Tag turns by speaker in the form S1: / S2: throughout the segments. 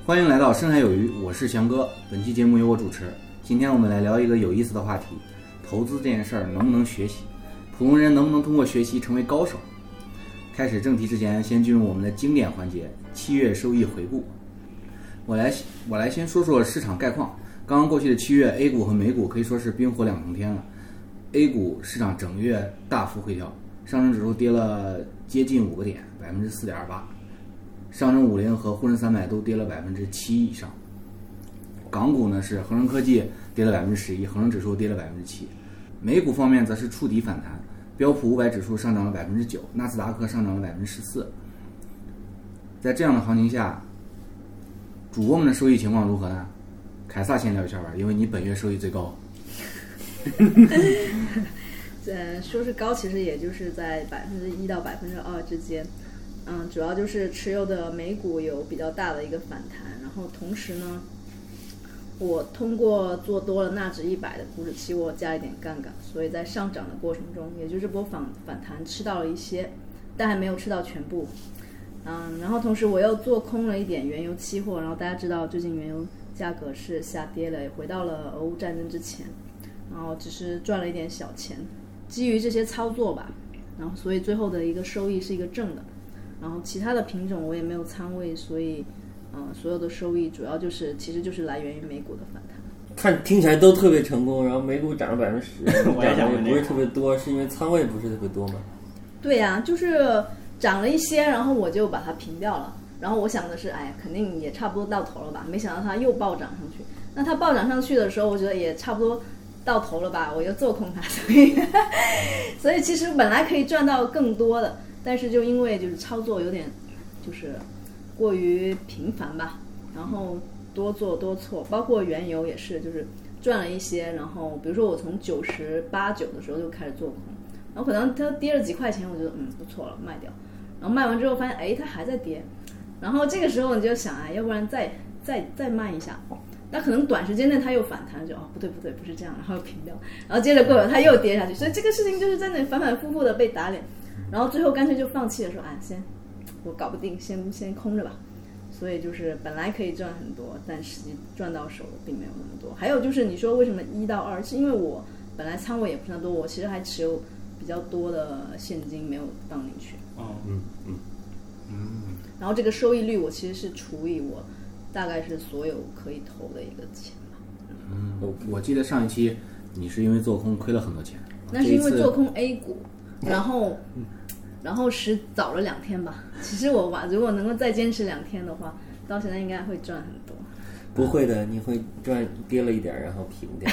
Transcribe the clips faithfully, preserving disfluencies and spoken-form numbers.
S1: 欢迎来到深海有鱼，我是翔哥。本期节目由我主持。今天我们来聊一个有意思的话题：投资这件事儿能不能学习？普通人能不能通过学习成为高手？开始正题之前，先进入我们的经典环节——七月收益回顾。我来，我来先说说市场概况。刚刚过去的七月 ，A 股和美股可以说是冰火两重天了。A 股市场整个月大幅回调，上证指数跌了接近五个点，百分之四点二八。上证五零和沪深三百都跌了百分之七以上。港股呢是恒生科技跌了百分之十一，恒生指数跌了百分之七。美股方面则是触底反弹，标普五百指数上涨了百分之九，纳斯达克上涨了百分之十四。在这样的行情下，主播们的收益情况如何呢？凯撒先聊一下吧，因为你本月收益最高。
S2: 呃，说是高，其实也就是在百分之一到百分之二之间。嗯，主要就是持有的美股有比较大的一个反弹，然后同时呢，我通过做多了纳指一百的股指期货加一点杠杆，所以在上涨的过程中，也就是波反反弹吃到了一些，但还没有吃到全部。嗯，然后同时我又做空了一点原油期货，然后大家知道最近原油价格是下跌了，也回到了俄乌战争之前，然后只是赚了一点小钱。基于这些操作吧，然后所以最后的一个收益是一个正的。然后其他的品种我也没有仓位，所以，嗯、呃，所有的收益主要就是其实就是来源于美股的反弹。
S3: 看听起来都特别成功，然后美股涨了百分之十，
S4: 我也想
S3: 也不是特别多，是因为仓位不是特别多吗？
S2: 对呀、啊，就是涨了一些，然后我就把它平掉了。然后我想的是，哎呀，肯定也差不多到头了吧？没想到它又暴涨上去。那它暴涨上去的时候，我觉得也差不多到头了吧？我又做空它，所以，所以其实本来可以赚到更多的。但是就因为就是操作有点就是过于频繁吧，然后多做多错，包括原油也是，就是赚了一些，然后比如说我从九十八九的时候就开始做空，然后可能它跌了几块钱，我觉得嗯不错了，卖掉，然后卖完之后发现哎它还在跌，然后这个时候你就想哎，要不然再再再卖一下，那可能短时间内它又反弹，就哦不对不对不是这样，然后又平掉，然后接着过会它又跌下去，所以这个事情就是在那里反反复复的被打脸。然后最后干脆就放弃了，说哎，先我搞不定，先先空着吧。所以就是本来可以赚很多，但实际赚到手的并没有那么多。还有就是你说为什么一到二，是因为我本来仓位也不是那么多，我其实还持有比较多的现金没有放进去。
S4: 哦，
S3: 嗯嗯
S1: 嗯。
S2: 然后这个收益率我其实是除以我大概是所有可以投的一个钱吧。
S1: 嗯，我我记得上一期你是因为做空亏了很多钱。
S2: 那是因为做空 A 股。然后，然后是早了两天吧。其实我吧，如果能够再坚持两天的话，到现在应该会赚很多。
S3: 不会的，你会赚跌了一点，然后平掉。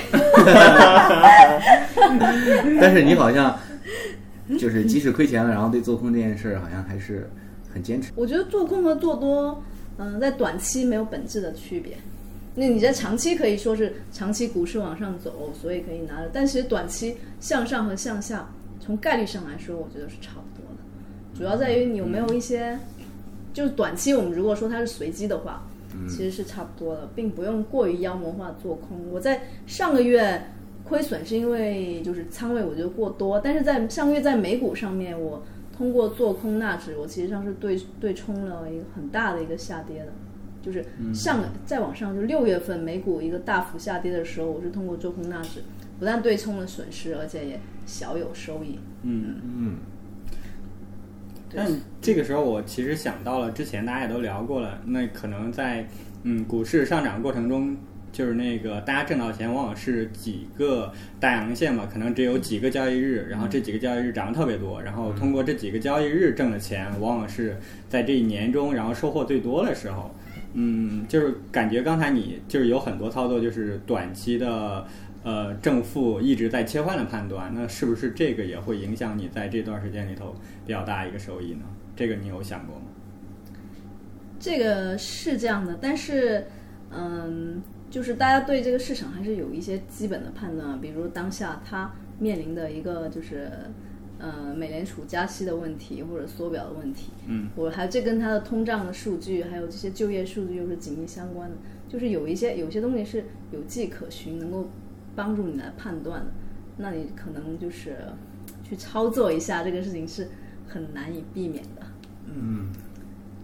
S1: 但是你好像就是即使亏钱了，然后对做空这件事好像还是很坚持。
S2: 我觉得做空和做多，嗯、呃，在短期没有本质的区别。那你在长期可以说是长期股市往上走，所以可以拿着，但其实短期向上和向下。从概率上来说，我觉得是差不多的，主要在于你有没有一些，嗯、就是短期我们如果说它是随机的话，嗯、其实是差不多的，并不用过于妖魔化做空。我在上个月亏损是因为就是仓位我觉得过多，但是在上个月在美股上面，我通过做空纳指，我其实上是对对冲了一个很大的一个下跌的，就是上个再往上就六月份美股一个大幅下跌的时候，我是通过做空纳指。不但对冲了损失，而且也小有收益。
S4: 嗯嗯。但这个时候，我其实想到了之前大家也都聊过了，那可能在嗯股市上涨过程中，就是那个大家挣到钱往往是几个大阳线嘛，可能只有几个交易日，然后这几个交易日涨得特别多，然后通过这几个交易日挣的钱，往往是在这一年中，然后收获最多的时候。嗯，就是感觉刚才你就是有很多操作，就是短期的。呃，正负一直在切换的判断，那是不是这个也会影响你在这段时间里头比较大一个收益呢？这个你有想过吗？
S2: 这个是这样的，但是，嗯，就是大家对这个市场还是有一些基本的判断，比如当下它面临的一个就是，呃，美联储加息的问题或者缩表的问题，
S4: 嗯，
S2: 我还这跟它的通胀的数据还有这些就业数据又是紧密相关的，就是有一些有些东西是有迹可循，能够帮助你来判断的，那你可能就是去操作一下这个事情是很难以避免的。
S1: 嗯，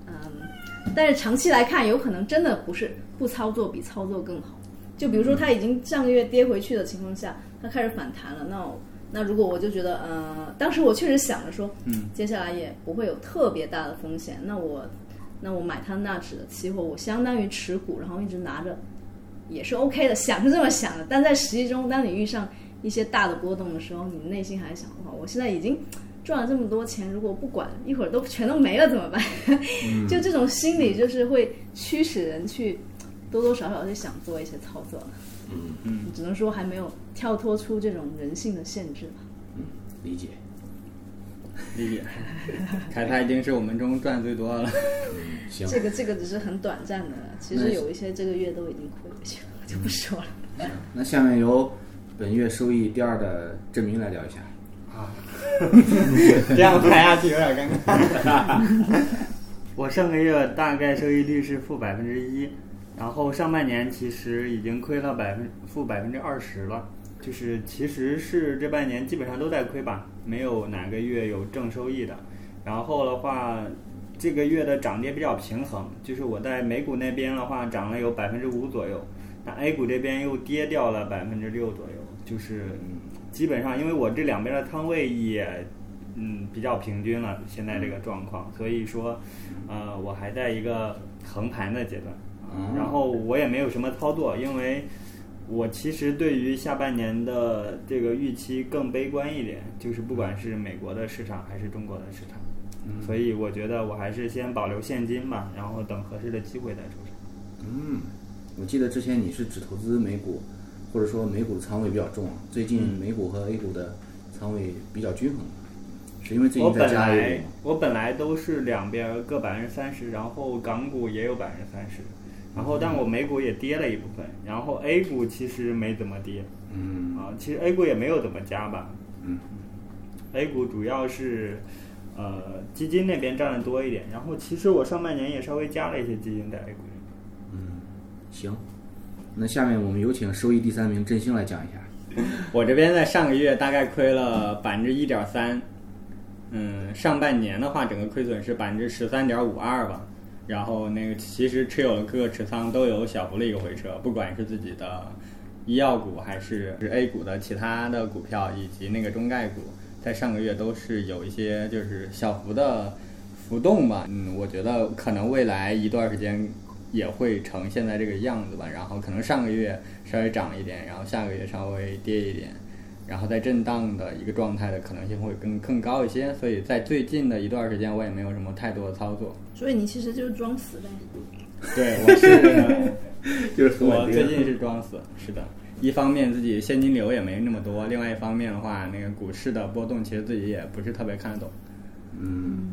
S2: 嗯，但是长期来看，有可能真的不是不操作比操作更好。就比如说它已经上个月跌回去的情况下，它开始反弹了，那我那如果我就觉得，呃，当时我确实想着说，嗯，接下来也不会有特别大的风险，那我那我买它纳指的期货，我相当于持股，然后一直拿着，也是 OK 的，想是这么想的。但在实际中，当你遇上一些大的波动的时候，你内心还想的话，我现在已经赚了这么多钱，如果不管一会儿都全都没了怎么办？嗯、就这种心理就是会驱使人去多多少少是想做一些操作的。
S1: 嗯嗯，
S2: 只能说还没有跳脱出这种人性的限制吧。
S1: 嗯，理解，
S4: 理解。凯撒已经是我们中赚最多了。
S1: 嗯、行，
S2: 这个这个只是很短暂的，其实有一些这个月都已经亏回去了，就不说了。
S1: 嗯、那下面由本月收益第二的郑明来聊一下。
S4: 啊，这样拍下去有点尴尬。
S5: 我上个月大概收益率是负百分之一。然后上半年其实已经亏了百分负百分之二十了，就是其实是这半年基本上都在亏吧，没有哪个月有正收益的。然后的话，这个月的涨跌比较平衡，就是我在美股那边的话涨了有百分之五左右，那 A 股这边又跌掉了百分之六左右，就是基本上因为我这两边的仓位也嗯比较平均了，现在这个状况，所以说呃我还在一个横盘的阶段。然后我也没有什么操作，因为我其实对于下半年的这个预期更悲观一点，就是不管是美国的市场还是中国的市场，嗯、所以我觉得我还是先保留现金吧，然后等合适的机会再出手。
S1: 嗯，我记得之前你是只投资美股，或者说美股的仓位比较重，最近美股和 A 股的仓位比较均衡，是因为最近在加 A 股吗？
S5: 我本来都是两边各百分之三十，然后港股也有百分之三十。然后，但我美股也跌了一部分，然后 A 股其实没怎么跌，
S1: 嗯
S5: 啊，其实 A 股也没有怎么加吧，
S1: 嗯
S5: ，A 股主要是呃基金那边占的多一点，然后其实我上半年也稍微加了一些基金在 A 股里。
S1: 嗯，行，那下面我们有请收益第三名振兴来讲一下。
S4: 我这边在上个月大概亏了百分之一点三，嗯，上半年的话，整个亏损是百分之十三点五二吧。然后那个其实持有的各个持仓都有小幅的一个回撤，不管是自己的医药股还是 A 股的其他的股票以及那个中概股，在上个月都是有一些就是小幅的浮动吧。嗯，我觉得可能未来一段时间也会呈现在这个样子吧。然后可能上个月稍微涨一点，然后下个月稍微跌一点。然后在震荡的一个状态的可能性会更更高一些，所以在最近的一段时间我也没有什么太多的操作。
S2: 所以你其实就是装死呗。
S4: 对，我是
S1: 就是
S4: 我最近是装死，是的。一方面自己现金流也没那么多，另外一方面的话，那个股市的波动其实自己也不是特别看得懂。
S1: 嗯，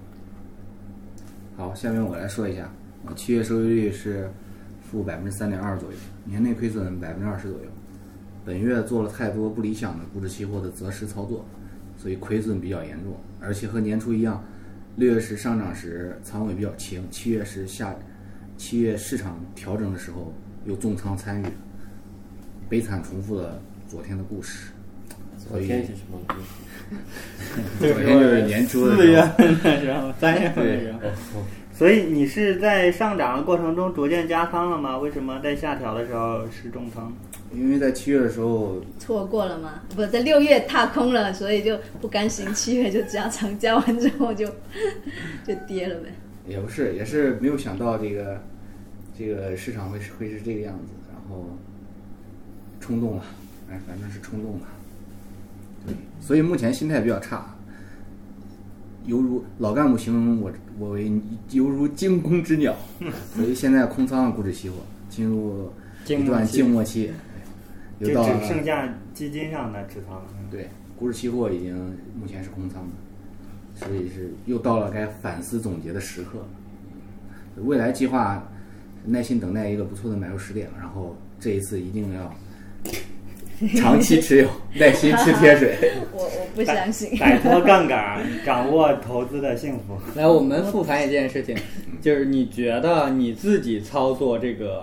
S1: 好，下面我来说一下，我七月收益率是负百分之三点二左右，年内亏损百分之二十左右。本月做了太多不理想的股指期货的择时操作，所以亏损比较严重，而且和年初一样，六月时上涨时仓位比较轻，七月时下，七月市场调整的时候又重仓参与，悲惨重复了昨天的故事。
S3: 昨天是什么故事？
S1: 昨天就是年初的
S5: 四月份的时候，三月份的时候。
S3: 哦
S5: 所以你是在上涨的过程中逐渐加仓了吗？为什么在下调的时候是重仓？
S1: 因为在七月的时候
S2: 错过了嘛，不在六月踏空了，所以就不甘心，七月就加仓，加完之后就就跌了呗。
S1: 也不是，也是没有想到这个这个市场会是会是这个样子，然后冲动了，哎，反正是冲动了。对，所以目前心态比较差，犹如老干部形容我我为犹如惊弓之鸟，所以现在空仓股指期货进入一段静默期，
S5: 就只剩下基金上的持仓了。
S1: 对，股指期货已经目前是空仓的，所以是又到了该反思总结的时刻。未来计划耐心等待一个不错的买入时点，然后这一次一定要长期持有，耐心吃贴水。
S2: 我我不相信。
S5: 摆脱杠杆，掌握投资的幸福。
S4: 来，我们复盘一件事情，就是你觉得你自己操作这个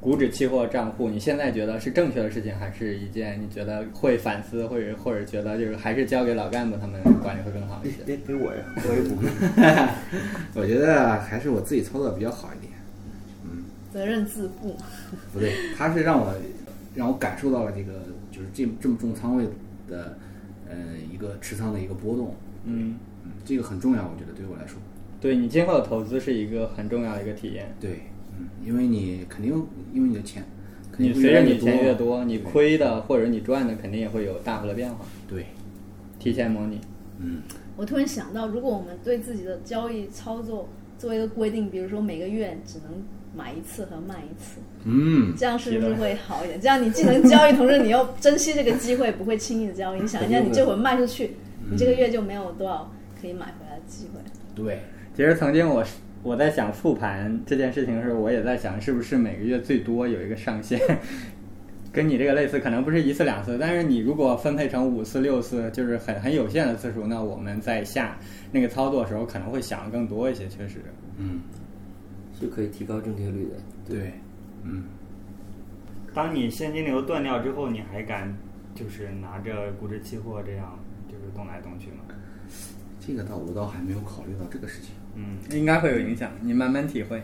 S4: 股指期货账户，你现在觉得是正确的事情，还是一件你觉得会反思，或者或者觉得就是还是交给老干部他们管理会更好一些？
S3: 别给我呀，我也不会。
S1: 我觉得还是我自己操作比较好一点。嗯，
S2: 责任自负。
S1: 不对，他是让我让我感受到了这个就是这这么重仓位的呃一个持仓的一个波动。
S4: 嗯
S1: 嗯，这个很重要，我觉得对我来说。
S4: 对你今后的投资是一个很重要的一个体验。
S1: 对，嗯，因为你肯定因为你的钱，肯定
S4: 你随着你钱越
S1: 多，
S4: 多，你亏的或者你赚的肯定也会有大幅的变化。
S1: 对，
S4: 提前模拟。
S1: 嗯，
S2: 我突然想到，如果我们对自己的交易操作做一个规定，比如说每个月只能买一次和卖一次，
S1: 嗯，
S2: 这样是不是会好一点？这样你既能交易，同时你又珍惜这个机会，不会轻易的交易。你想一下，你这会儿卖出去，你这个月就没有多少可以买回来的机会。
S1: 对，
S4: 其实曾经我我在想复盘这件事情的时候，我也在想是不是每个月最多有一个上限。跟你这个类似，可能不是一次两次，但是你如果分配成五次六次，就是很很有限的次数，那我们在下那个操作的时候可能会想更多一些，确实。
S1: 嗯，
S3: 是可以提高正确率的。
S1: 对，嗯。
S5: 当你现金流断掉之后，你还敢就是拿着股指期货这样就是动来动去吗？
S1: 这个倒我倒还没有考虑到这个事情。
S4: 嗯，应该会有影响，你慢慢体会。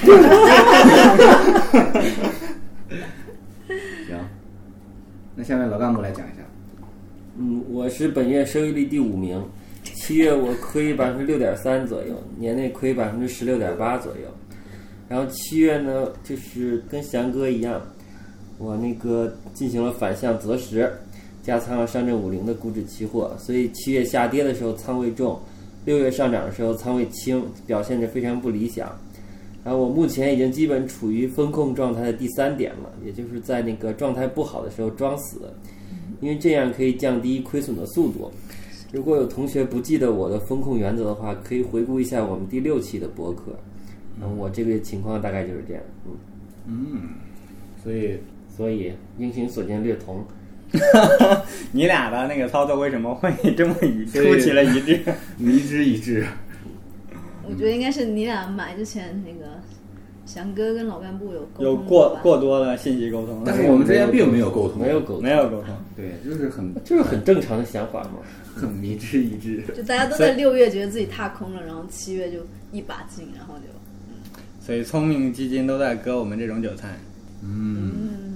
S1: 行，那下面老干部来讲一下。
S3: 嗯，我是本月收益率第五名，七月我亏百分之六点三左右，年内亏百分之十六点八左右。然后七月呢，就是跟翔哥一样，我那个进行了反向择时，加仓了上证五零的股指期货，所以七月下跌的时候仓位重，六月上涨的时候仓位轻，表现得非常不理想。然后我目前已经基本处于风控状态的第三点了，也就是在那个状态不好的时候装死，因为这样可以降低亏损的速度。如果有同学不记得我的风控原则的话，可以回顾一下我们第六期的播客。嗯，我这个情况大概就是这样。嗯
S1: 嗯，所以
S3: 所以英雄所见略同。
S4: 你俩的那个操作为什么会这么一出奇了一致？
S1: 迷之一致。
S2: 我觉得应该是你俩买之前那个翔哥跟老干部有沟通
S4: 有过过多的信息沟通，
S1: 但是我们之间并没有沟通，
S3: 没有沟通，
S4: 没有沟通，
S1: 对，就是很
S3: 就是很正常的想法嘛，
S1: 很迷之一致。
S2: 就大家都在六月觉得自己踏空了，然后七月就一把劲，然后就，
S4: 所以聪明基金都在割我们这种韭菜。
S1: 嗯。
S2: 嗯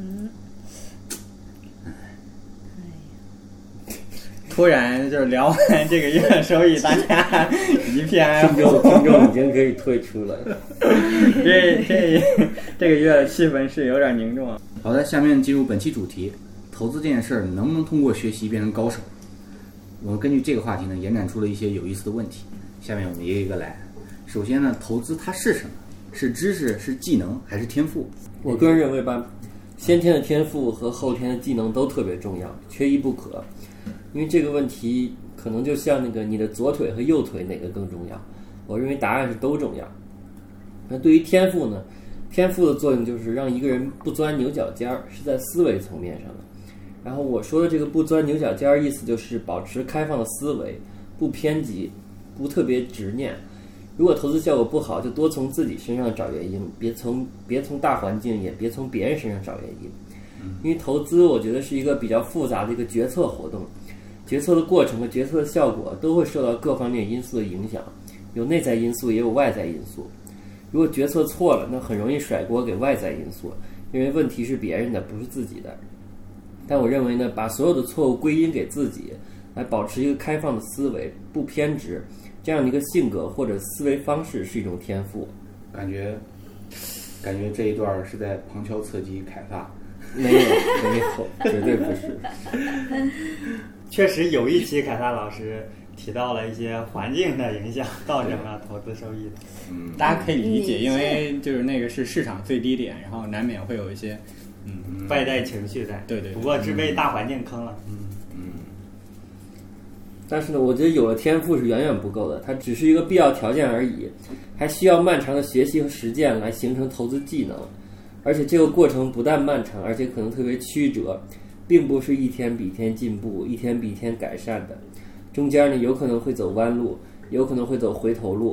S4: 突然就是聊完这个月的收益，大家一片哀
S3: 听众听众已经可以退出了。
S4: 这这这个月的气氛是有点凝重啊。
S1: 好的，下面进入本期主题，投资这件事儿能不能通过学习变成高手？我们根据这个话题呢，延展出了一些有意思的问题。下面我们一个一个来。首先呢，投资它是什么？是知识、是技能还是天赋？
S3: 我个人认为吧，先天的天赋和后天的技能都特别重要，缺一不可。因为这个问题可能就像那个你的左腿和右腿哪个更重要？我认为答案是都重要。那对于天赋呢？天赋的作用就是让一个人不钻牛角尖儿，是在思维层面上的。然后我说的这个不钻牛角尖儿，意思就是保持开放的思维，不偏激，不特别执念。如果投资效果不好，就多从自己身上找原因，别从别从大环境，也别从别人身上找原因。因为投资，我觉得是一个比较复杂的一个决策活动。决策的过程和决策的效果都会受到各方面因素的影响，有内在因素也有外在因素。如果决策错了，那很容易甩锅给外在因素，因为问题是别人的，不是自己的。但我认为呢，把所有的错误归因给自己，来保持一个开放的思维，不偏执，这样的一个性格或者思维方式是一种天赋。
S1: 感觉，感觉这一段是在旁敲侧击凯撒。
S3: 没有，没有，绝对不是。
S5: 确实有一期凯撒老师提到了一些环境的影响，造成了投资收益的。
S1: 嗯，
S4: 大家可以理解，因为就是那个是市场最低点，然后难免会有一些嗯
S5: 外在情绪在。
S4: 对对。
S5: 不过是被大环境坑了。
S1: 嗯嗯。
S3: 但是呢，我觉得有了天赋是远远不够的，它只是一个必要条件而已，还需要漫长的学习和实践来形成投资技能。而且这个过程不但漫长，而且可能特别曲折，并不是一天比一天进步，一天比一天改善的。中间呢，有可能会走弯路，有可能会走回头路。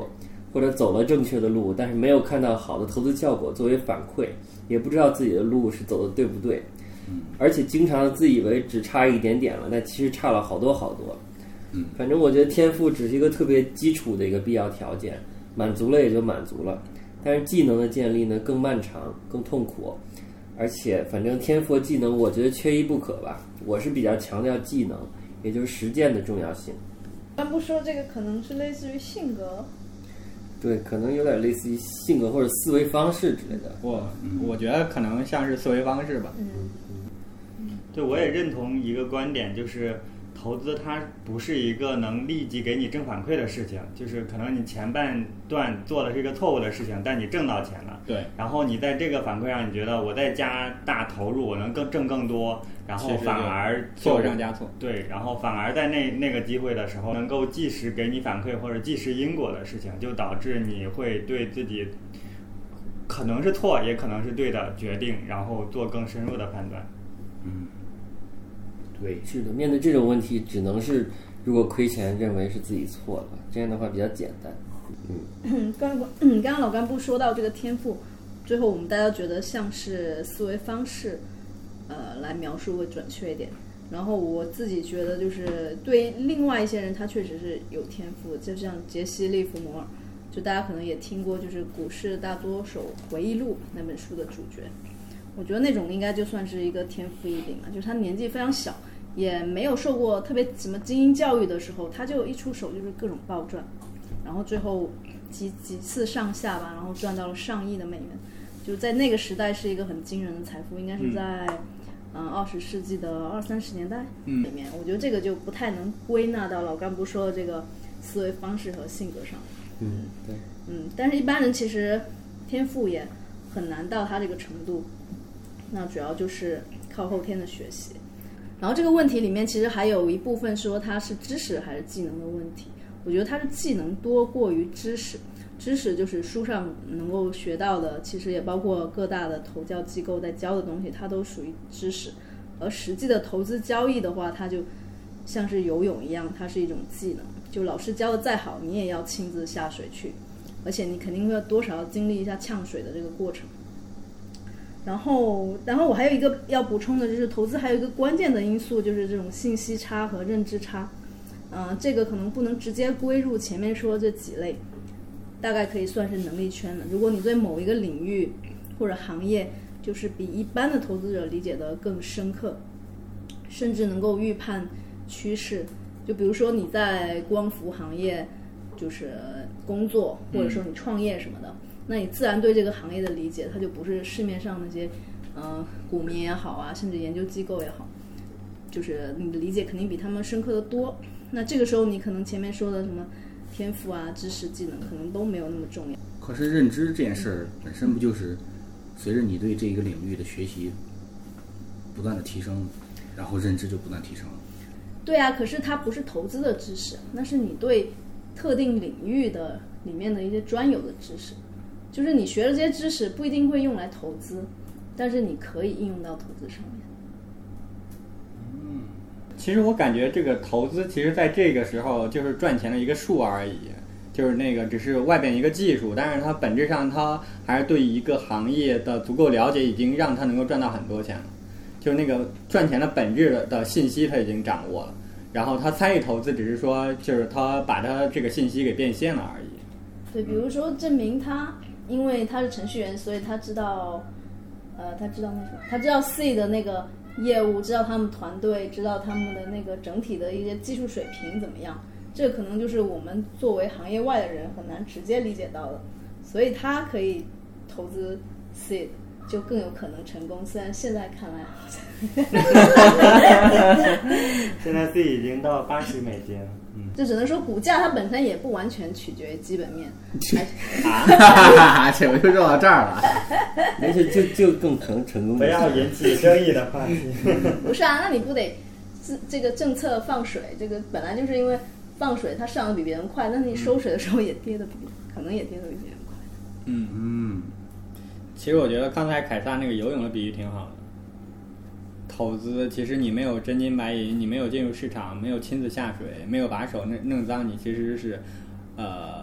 S3: 或者走了正确的路，但是没有看到好的投资效果作为反馈，也不知道自己的路是走的对不对，而且经常自以为只差一点点了，但其实差了好多好多。
S1: 嗯，
S3: 反正我觉得天赋只是一个特别基础的一个必要条件，满足了也就满足了。但是技能的建立呢更漫长、更痛苦，而且反正天赋和技能我觉得缺一不可吧。我是比较强调技能，也就是实践的重要性。
S2: 咱不说这个可能是类似于性格，
S3: 对，可能有点类似于性格或者思维方式之类的。
S4: 我我觉得可能像是思维方式吧。
S2: 嗯，
S5: 对，我也认同一个观点，就是投资它不是一个能立即给你正反馈的事情，就是可能你前半段做的是一个错误的事情，但你挣到钱了，
S4: 对，
S5: 然后你在这个反馈上，你觉得我再加大投入，我能更挣更多，然后反而
S4: 错上加错，
S5: 对，然后反而在那那个机会的时候，能够即时给你反馈或者即时因果的事情，就导致你会对自己可能是错，也可能是对的决定，然后做更深入的判断。
S1: 嗯。对，
S3: 是的，面对这种问题，只能是如果亏钱认为是自己错了，这样的话比较简单。
S2: 嗯，刚刚嗯，刚刚老干部说到这个天赋，最后我们大家觉得像是思维方式，呃，来描述会准确一点。然后我自己觉得就是对另外一些人，他确实是有天赋，就像杰西·利弗摩尔，就大家可能也听过，就是《股市大多手回忆录》那本书的主角。我觉得那种应该就算是一个天赋异禀了，就是他年纪非常小，也没有受过特别什么精英教育的时候，他就一出手就是各种暴赚，然后最后几几次上下吧，然后赚到了上亿的美元，就在那个时代是一个很惊人的财富，应该是在嗯二十世纪的二三十年代里面。我觉得这个就不太能归纳到老干部说的这个思维方式和性格上。
S3: 嗯，对，
S2: 嗯，但是一般人其实天赋也很难到他这个程度。那主要就是靠后天的学习，然后这个问题里面其实还有一部分说它是知识还是技能的问题。我觉得它是技能多过于知识，知识就是书上能够学到的，其实也包括各大的投教机构在教的东西，它都属于知识。而实际的投资交易的话，它就像是游泳一样，它是一种技能，就老师教的再好，你也要亲自下水去，而且你肯定会多少经历一下呛水的这个过程。然后，然后我还有一个要补充的，就是投资还有一个关键的因素，就是这种信息差和认知差。嗯、呃，这个可能不能直接归入前面说这几类，大概可以算是能力圈了。如果你对某一个领域或者行业，就是比一般的投资者理解的更深刻，甚至能够预判趋势。就比如说你在光伏行业就是工作，或者说你创业什么的。嗯，那你自然对这个行业的理解，它就不是市面上那些，呃，股民也好啊，甚至研究机构也好，就是你的理解肯定比他们深刻的多。那这个时候，你可能前面说的什么天赋啊、知识、技能，可能都没有那么重要。
S1: 可是认知这件事儿本身不就是随着你对这个领域的学习不断的提升，然后认知就不断提升了？
S2: 对啊，可是它不是投资的知识，那是你对特定领域的里面的一些专有的知识。就是你学了这些知识不一定会用来投资，但是你可以应用到投资上面。
S4: 嗯，其实我感觉这个投资其实在这个时候就是赚钱的一个数而已，就是那个只是外边一个技术，但是它本质上它还是对一个行业的足够了解，已经让它能够赚到很多钱了。就是那个赚钱的本质 的, 的信息它已经掌握了，然后他参与投资只是说就是他把他这个信息给变现了而已。
S2: 对，比如说证明他因为他是程序员，所以他知道，呃，他知道那什么，他知道 C 的那个业务，知道他们团队，知道他们的那个整体的一些技术水平怎么样。这可能就是我们作为行业外的人很难直接理解到的，所以他可以投资 C， 就更有可能成功。虽然现在看来好像
S5: 现在 C 已经到八十美金了。
S2: 就只能说股价它本身也不完全取决于基本面。
S1: 啊，这我就绕到这儿了。
S3: 而且就就更可能成功。
S5: 不要引起争议的话题。
S2: 不是啊，那你不得这个政策放水？这个本来就是因为放水，它上的比别人快，但是你收水的时候也跌的比可能也跌的比别人快。
S4: 嗯嗯。其实我觉得刚才凯撒那个游泳的比喻挺好的。投资其实你没有真金白银，你没有进入市场，没有亲自下水，没有把手弄弄脏，你其实是呃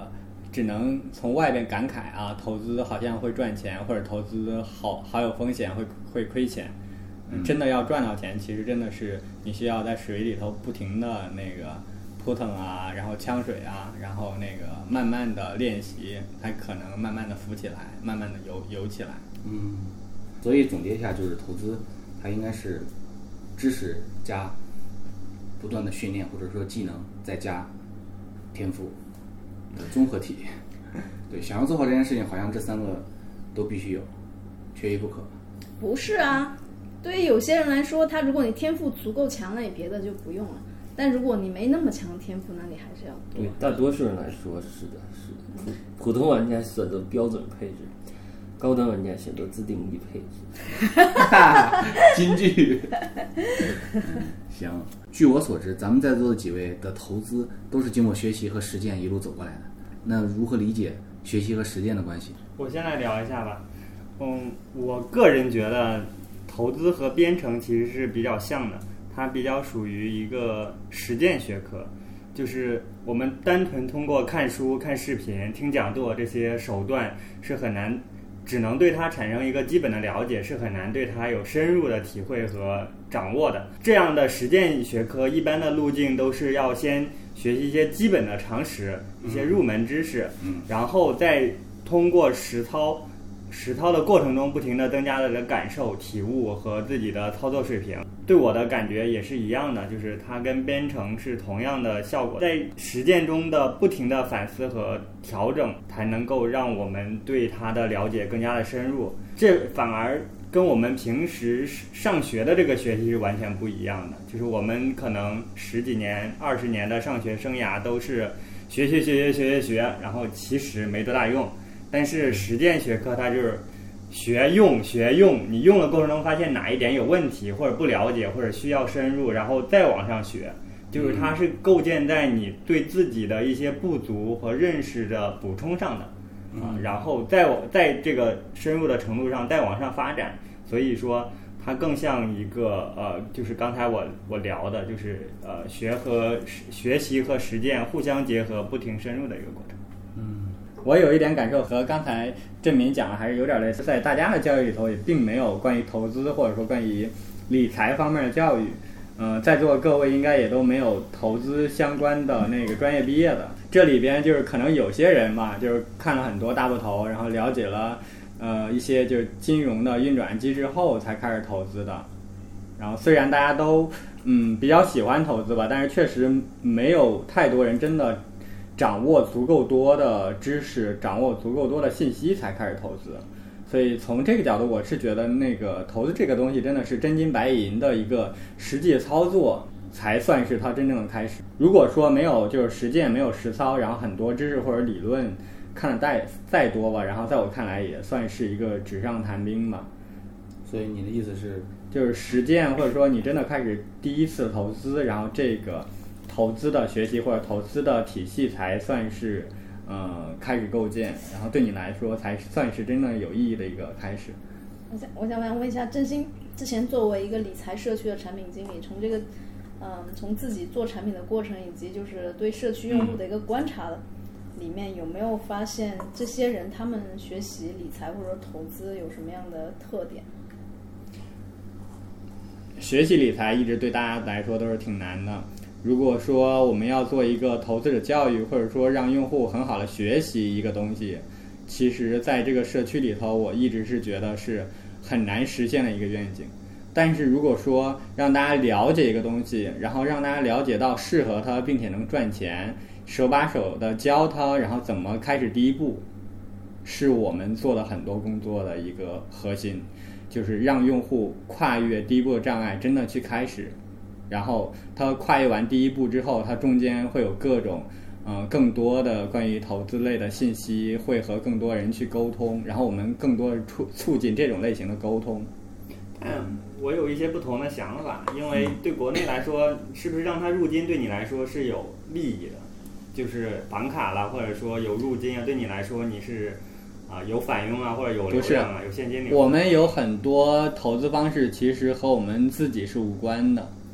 S4: 只能从外边感慨啊，投资好像会赚钱，或者投资好好有风险，会会亏钱。
S1: 嗯、
S4: 真的要赚到钱，其实真的是你需要在水里头不停的那个扑腾啊，然后呛水啊，然后那个慢慢的练习，才可能慢慢的浮起来，慢慢的游游起来。
S1: 嗯，所以总结一下，就是投资它应该是知识加不断的训练，或者说技能再加天赋的综合体。对，想要做好这件事情，好像这三个都必须有，缺一不可。
S2: 不是啊，对于有些人来说，他如果你天赋足够强，那你别的就不用了。但如果你没那么强的天赋，那你还是要多。
S3: 对大多数人来说是的，是的。普通玩家选择标准配置，高端玩家选择自定义配置。
S1: 金句。行，据我所知，咱们在座的几位的投资都是经过学习和实践一路走过来的。那如何理解学习和实践的关系？
S5: 我先来聊一下吧。嗯，我个人觉得投资和编程其实是比较像的，它比较属于一个实践学科，就是我们单纯通过看书、看视频、听讲座这些手段是很难，只能对它产生一个基本的了解，是很难对它有深入的体会和掌握的。这样的实践学科一般的路径都是要先学习一些基本的常识，一些入门知识，然后再通过实操实操的过程中不停地增加自己的感受、体悟和自己的操作水平。对我的感觉也是一样的，就是它跟编程是同样的效果，在实践中的不停的反思和调整，才能够让我们对它的了解更加的深入。这反而跟我们平时上学的这个学习是完全不一样的，就是我们可能十几年、二十年的上学生涯都是学学学学学学学，然后其实没多大用。但是实践学科它就是学用学用，你用的过程中发现哪一点有问题，或者不了解，或者需要深入，然后再往上学，就是它是构建在你对自己的一些不足和认识的补充上的啊，然后再在这个深入的程度上再往上发展。所以说它更像一个呃，就是刚才我我聊的，就是呃学和学习和实践互相结合，不停深入的一个过程。
S4: 嗯。我有一点感受和刚才郑民讲的还是有点类似，在大家的教育里头也并没有关于投资或者说关于理财方面的教育，呃，在座各位应该也都没有投资相关的那个专业毕业的。这里边就是可能有些人嘛，就是看了很多大部头，然后了解了呃一些就是金融的运转机制后才开始投资的。然后虽然大家都嗯比较喜欢投资吧，但是确实没有太多人真的掌握足够多的知识，掌握足够多的信息才开始投资。所以从这个角度，我是觉得那个投资这个东西真的是真金白银的一个实际操作才算是它真正的开始。如果说没有就是实践，没有实操，然后很多知识或者理论看得再再多吧，然后在我看来也算是一个纸上谈兵吧。
S1: 所以你的意思是
S4: 就是实践，或者说你真的开始第一次投资，然后这个投资的学习或者投资的体系才算是呃开始构建，然后对你来说才算是真正有意义的一个开始。
S2: 我想我想问一下郑鑫，之前作为一个理财社区的产品经理，从这个嗯从自己做产品的过程以及就是对社区用户的一个观察的里面，有没有发现这些人他们学习理财或者投资有什么样的特点？
S4: 学习理财一直对大家来说都是挺难的。如果说我们要做一个投资者教育，或者说让用户很好的学习一个东西，其实在这个社区里头，我一直是觉得是很难实现的一个愿景。但是如果说让大家了解一个东西，然后让大家了解到适合它并且能赚钱，手把手的教它，然后怎么开始第一步，是我们做的很多工作的一个核心，就是让用户跨越第一步的障碍，真的去开始。然后他跨越完第一步之后，他中间会有各种呃更多的关于投资类的信息，会和更多人去沟通，然后我们更多的促促进这种类型的沟通。
S5: 嗯，我有一些不同的想法，因为对国内来说，是不是让他入金对你来说是有利益的？就是绑卡了，或者说有入金啊，对你来说你是啊、呃、有返佣啊，或者有流量啊，有现金流。
S4: 我们有很多投资方式其实和我们自己是无关的。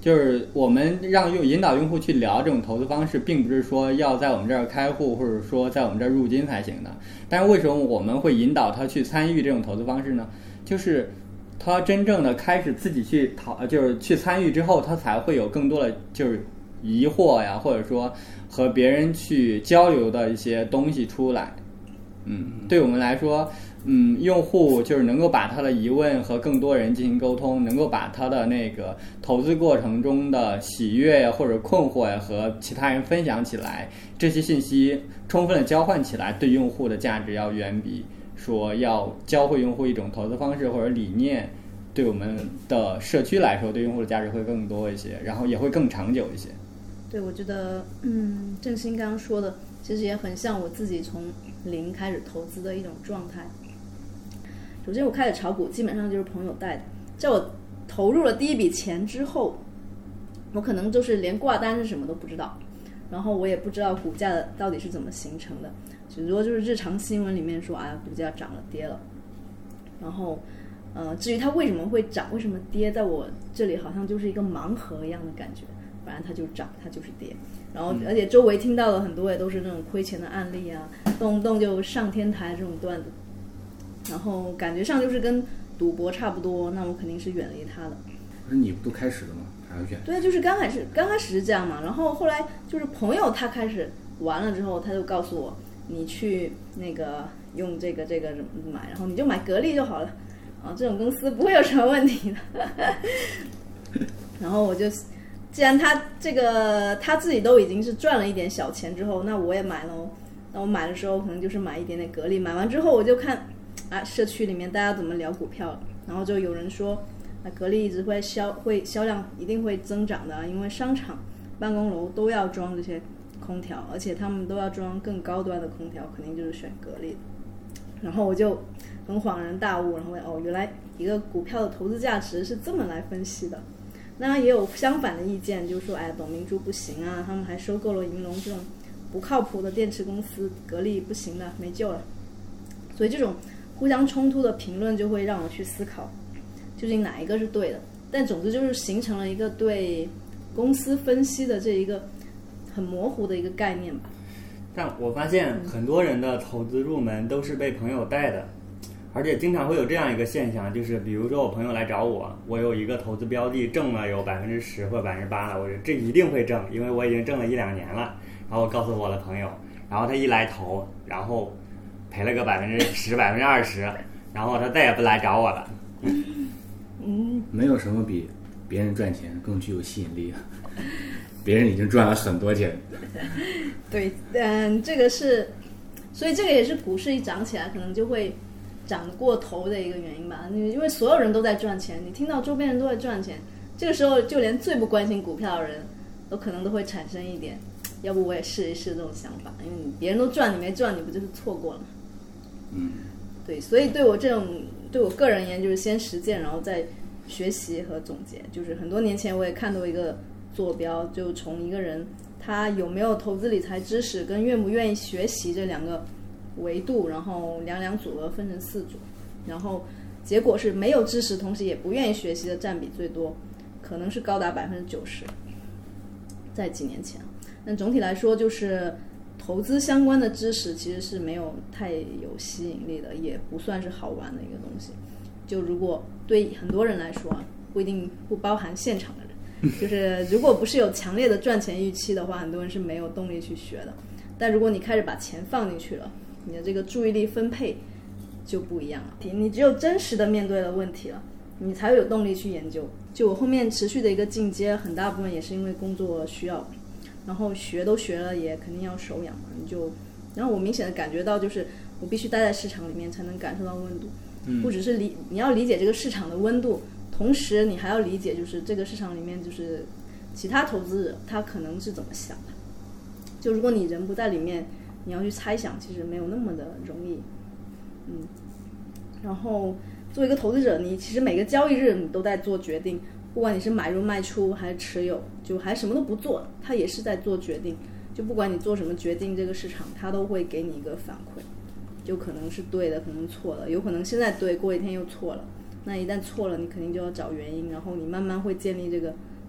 S4: 就是我们让用引导用户去聊这种投资方式，并不是说要在我们这儿开户，或者说在我们这儿入金才行的。但是为什么我们会引导他去参与这种投资方式呢？就是他真正的开始自己去讨，就是去参与之后，他才会有更多的就是疑惑呀，或者说和别人去交流的一些东西出来。嗯，对我们来说，嗯，用户就是能够把他的疑问和更多人进行沟通，能够把他的那个投资过程中的喜悦呀或者困惑呀和其他人分享起来，这些信息充分的交换起来，对用户的价值要远比说要教会用户一种投资方式或者理念，对我们的社区来说，对用户的价值会更多一些，然后也会更长久一些。
S2: 对，我觉得，嗯，郑鑫刚刚说的，其实也很像我自己从零开始投资的一种状态。首先，我开始炒股基本上就是朋友带的，在我投入了第一笔钱之后，我可能就是连挂单是什么都不知道，然后我也不知道股价的到底是怎么形成的，只不过就是日常新闻里面说，哎呀，股价涨了跌了，然后。呃，至于它为什么会涨，为什么跌，在我这里好像就是一个盲盒一样的感觉，反正它就涨，它就是跌。然后，而且周围听到的很多也都是那种亏钱的案例啊，动不动就上天台这种段子，然后感觉上就是跟赌博差不多，那我肯定是远离它的。
S1: 不是你不都开始了吗？还要远？
S2: 对，就是刚开始，刚开始是这样嘛，然后后来就是朋友他开始玩了之后，他就告诉我，你去那个用这个这个买，然后你就买格力就好了。啊，这种公司不会有什么问题的。然后我就，既然他这个他自己都已经是赚了一点小钱之后，那我也买了。那我买的时候可能就是买一点点格力，买完之后我就看啊，社区里面大家怎么聊股票，然后就有人说，啊，格力一直会销会销量一定会增长的，因为商场、办公楼都要装这些空调，而且他们都要装更高端的空调，肯定就是选格力的。然后我就很恍然大悟，然后哦，原来一个股票的投资价值是这么来分析的。那也有相反的意见，就说哎，董明珠不行啊，他们还收购了银隆这种不靠谱的电池公司，格力不行的，没救了。所以这种互相冲突的评论就会让我去思考，究竟哪一个是对的。但总之就是形成了一个对公司分析的这一个很模糊的一个概念吧。
S5: 但我发现很多人的投资入门都是被朋友带的，而且经常会有这样一个现象，就是比如说我朋友来找我，我有一个投资标的挣了有百分之十或百分之八了，我说这一定会挣，因为我已经挣了一两年了。然后我告诉我的朋友，然后他一来投，然后赔了个百分之十、百分之二十，然后他再也不来找我了。
S2: 嗯，
S1: 没有什么比别人赚钱更具有吸引力啊。别人已经赚了很多钱。
S2: 对，嗯，这个是，所以这个也是股市一涨起来可能就会涨过头的一个原因吧。你因为所有人都在赚钱，你听到周边人都在赚钱，这个时候就连最不关心股票的人都可能都会产生一点，要不我也试一试这种想法，因为你别人都赚你没赚，你不就是错过了吗？
S1: 嗯，
S2: 对，所以对我这种对我个人而言，就是先实践，然后再学习和总结。就是很多年前我也看到一个坐标，就从一个人他有没有投资理财知识跟愿不愿意学习这两个维度，然后两两组合分成四组，然后结果是没有知识同时也不愿意学习的占比最多，可能是高达百分之九十，在几年前。但总体来说，就是投资相关的知识其实是没有太有吸引力的，也不算是好玩的一个东西。就如果对很多人来说，不一定不包含现场的人，就是如果不是有强烈的赚钱预期的话，很多人是没有动力去学的。但如果你开始把钱放进去了，你的这个注意力分配就不一样了。你只有真实的面对了问题了，你才会有动力去研究。就我后面持续的一个进阶，很大部分也是因为工作需要，然后学都学了，也肯定要手痒嘛。你就，然后我明显的感觉到，就是我必须待在市场里面才能感受到温度。
S4: 嗯，
S2: 不只是理你要理解这个市场的温度，同时你还要理解就是这个市场里面就是其他投资者他可能是怎么想的。就如果你人不在里面，你要去猜想，其实没有那么的容易。嗯，然后作为一个投资者，你其实每个交易日你都在做决定，不管你是买入卖出还是持有，就还什么都不做，它也是在做决定。就不管你做什么决定，这个市场它都会给你一个反馈，就可能是对的，可能错了，有可能现在对，过一天又错了。那一旦错了，你肯定就要找原因，然后你慢慢会建立这个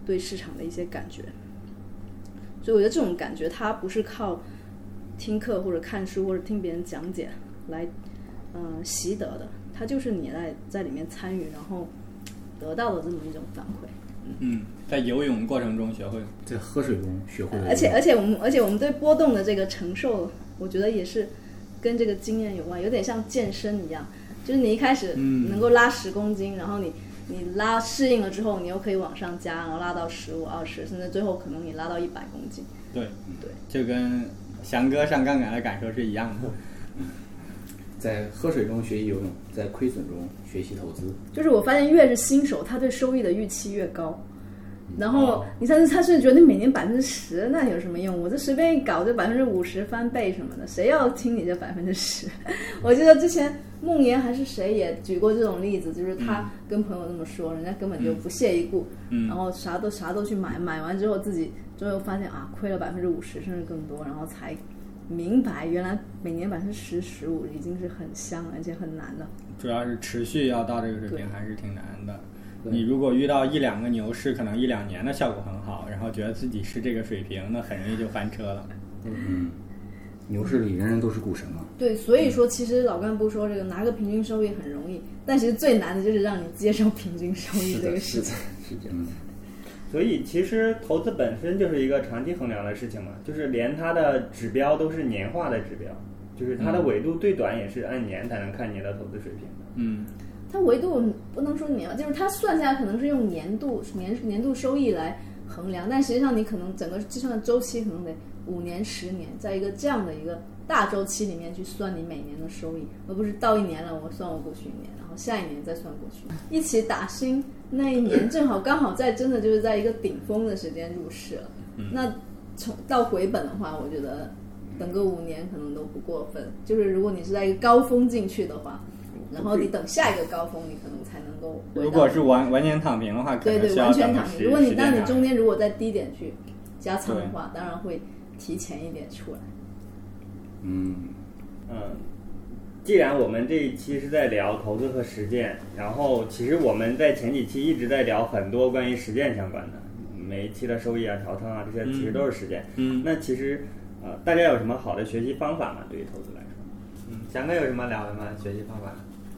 S2: 对市场的一些感觉。所以我觉得这种感觉它不是靠听课或者看书或者听别人讲解来呃习得的，它就是你在在里面参与然后得到的这么一种反馈。
S4: 嗯，在游泳过程中学会，
S1: 在喝水中学会的。
S2: 而且而且我们而且我们对波动的这个承受，我觉得也是跟这个经验有关，有点像健身一样，就是你一开始能够拉十公斤，然后你你拉适应了之后，你又可以往上加，然后拉到十五、二十，甚至最后可能你拉到一百公斤。
S4: 对
S2: 对，
S4: 就跟翔哥上杠杆的感受是一样的。
S1: 在喝水中学习游泳，在亏损中学习投资。
S2: 就是我发现越是新手，他对收益的预期越高。然后你甚至他是觉得你每年百分之十，那有什么用？我这随便一搞就百分之五十翻倍什么的，谁要听你这百分之十？我记得之前梦妍还是谁也举过这种例子，就是他跟朋友这么说，人家根本就不屑一顾，
S4: 嗯、
S2: 然后啥都啥都去买，买完之后自己最后发现啊，亏了百分之五十甚至更多，然后才明白原来每年百分之十、十五已经是很香而且很难的。
S4: 主要是持续要到这个水平还是挺难的。你如果遇到一两个牛市，可能一两年的效果很好，然后觉得自己是这个水平，那很容易就翻车了。
S1: 嗯，牛市里人人都是股神嘛。
S2: 对，所以说其实老干部说这个拿个平均收益很容易，但其实最难的就是让你接受平均收益这个事情。
S1: 是这样。
S5: 所以其实投资本身就是一个长期衡量的事情嘛，就是连它的指标都是年化的指标，就是它的纬度最短也是按年才能看你的投资水平的。
S4: 嗯，
S2: 它维度不能说年，就是它算下来可能是用年度年年度收益来衡量，但实际上你可能整个计算的周期可能得五年、十年，在一个这样的一个大周期里面去算你每年的收益，而不是到一年了我算我过去一年，然后下一年再算过去。一起打新那一年正好刚好在真的就是在一个顶峰的时间入市了，
S4: 嗯、
S2: 那从到回本的话，我觉得等个五年可能都不过分。就是如果你是在一个高峰进去的话，然后你等下一个高峰，你可能才能够回到。
S4: 如果是完完全躺平的话，可能
S2: 对对，
S4: 需要
S2: 完全躺平。如果你那你中
S4: 间
S2: 间如果在低点去加仓的话，当然会提前一点出来。
S1: 嗯
S5: 嗯，既然我们这一期是在聊投资和实践，然后其实我们在前几期一直在聊很多关于实践相关的，每一期的收益啊、调仓啊这些其实都是实践。
S4: 嗯，
S5: 那其实呃，大家有什么好的学习方法吗？对于投资来说，嗯，翔哥有什么聊的吗？学习方法？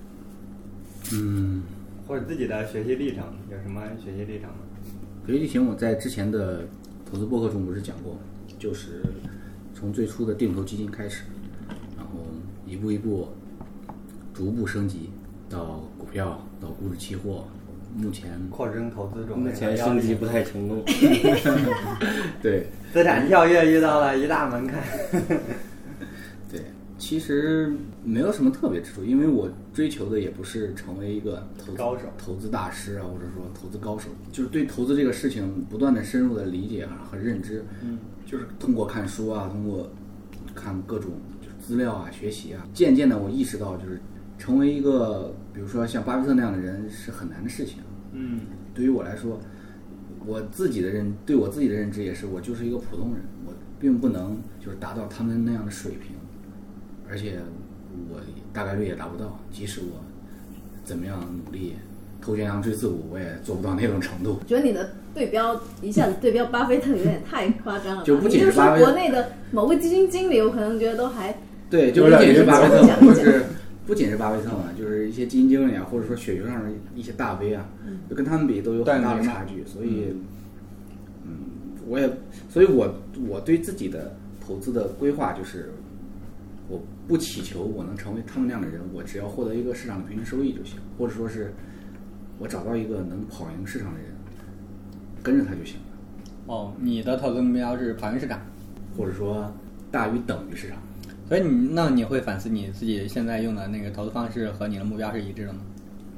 S1: 嗯，
S5: 或者自己的学习历程，有什么学习历程吗？
S1: 学习历程我在之前的投资播客中不是讲过，就是从最初的定投基金开始，然后一步一步逐步升级到股票，到股指期货，目前
S5: 扩增投资中，
S3: 目前升级不太成功。
S1: 对，
S5: 资产跳跃遇到了一大门槛。
S1: 对，其实没有什么特别之处，因为我追求的也不是成为一个投资
S5: 高手、
S1: 投资大师啊，或者说投资高手，就是对投资这个事情不断的深入的理解啊和认知。
S5: 嗯，
S1: 就是通过看书啊，通过看各种就是资料啊、学习啊，渐渐的我意识到，就是成为一个比如说像巴菲特那样的人是很难的事情。
S5: 嗯，
S1: 对于我来说，我自己的认对我自己的认知也是，我就是一个普通人，我并不能就是达到他们那样的水平，而且我大概率也达不到，即使我怎么样努力头悬梁锥刺股，我也做不到那种程度。
S2: 我觉得你的对标一下子对标巴菲特有点太夸张了吧，
S1: 就不仅是
S2: 巴菲特，国内的某个基金经理，我可能觉得都还
S1: 对，就不仅是巴菲特嘛，就是不仅是巴菲特嘛，就是一些基金经理啊，或者说雪球上的一些大 V 啊，就跟他们比都有很大的差距，所以，嗯，我也，所以我我对自己的投资的规划就是，我不祈求我能成为他们那样的人，我只要获得一个市场的平均收益就行，或者说是我找到一个能跑赢市场的人，跟着他就行了。
S4: 哦，你的投资目标是跑赢市场，
S1: 或者说大于等于市场。
S4: 所以你那你会反思你自己现在用的那个投资方式和你的目标是一致的吗？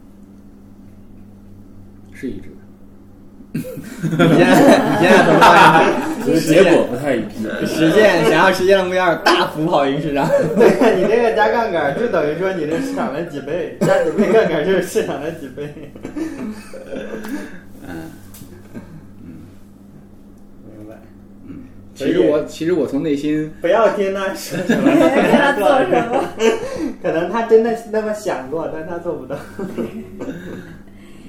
S1: 是一致的。
S5: 你现在你现在怎么办？
S3: 结果不太一致。
S4: 实现想要实现的目标是大幅跑赢市场。
S5: 对，你这个加杠杆就等于说你这市场的几倍，加几倍杠杆就是市场的几倍。
S1: 嗯嗯，
S5: 明白。
S1: 嗯，其实我其实我从内心
S5: 不要听他说什么，
S2: 看他做什么。
S5: 可能他真的那么想过，但他做不到。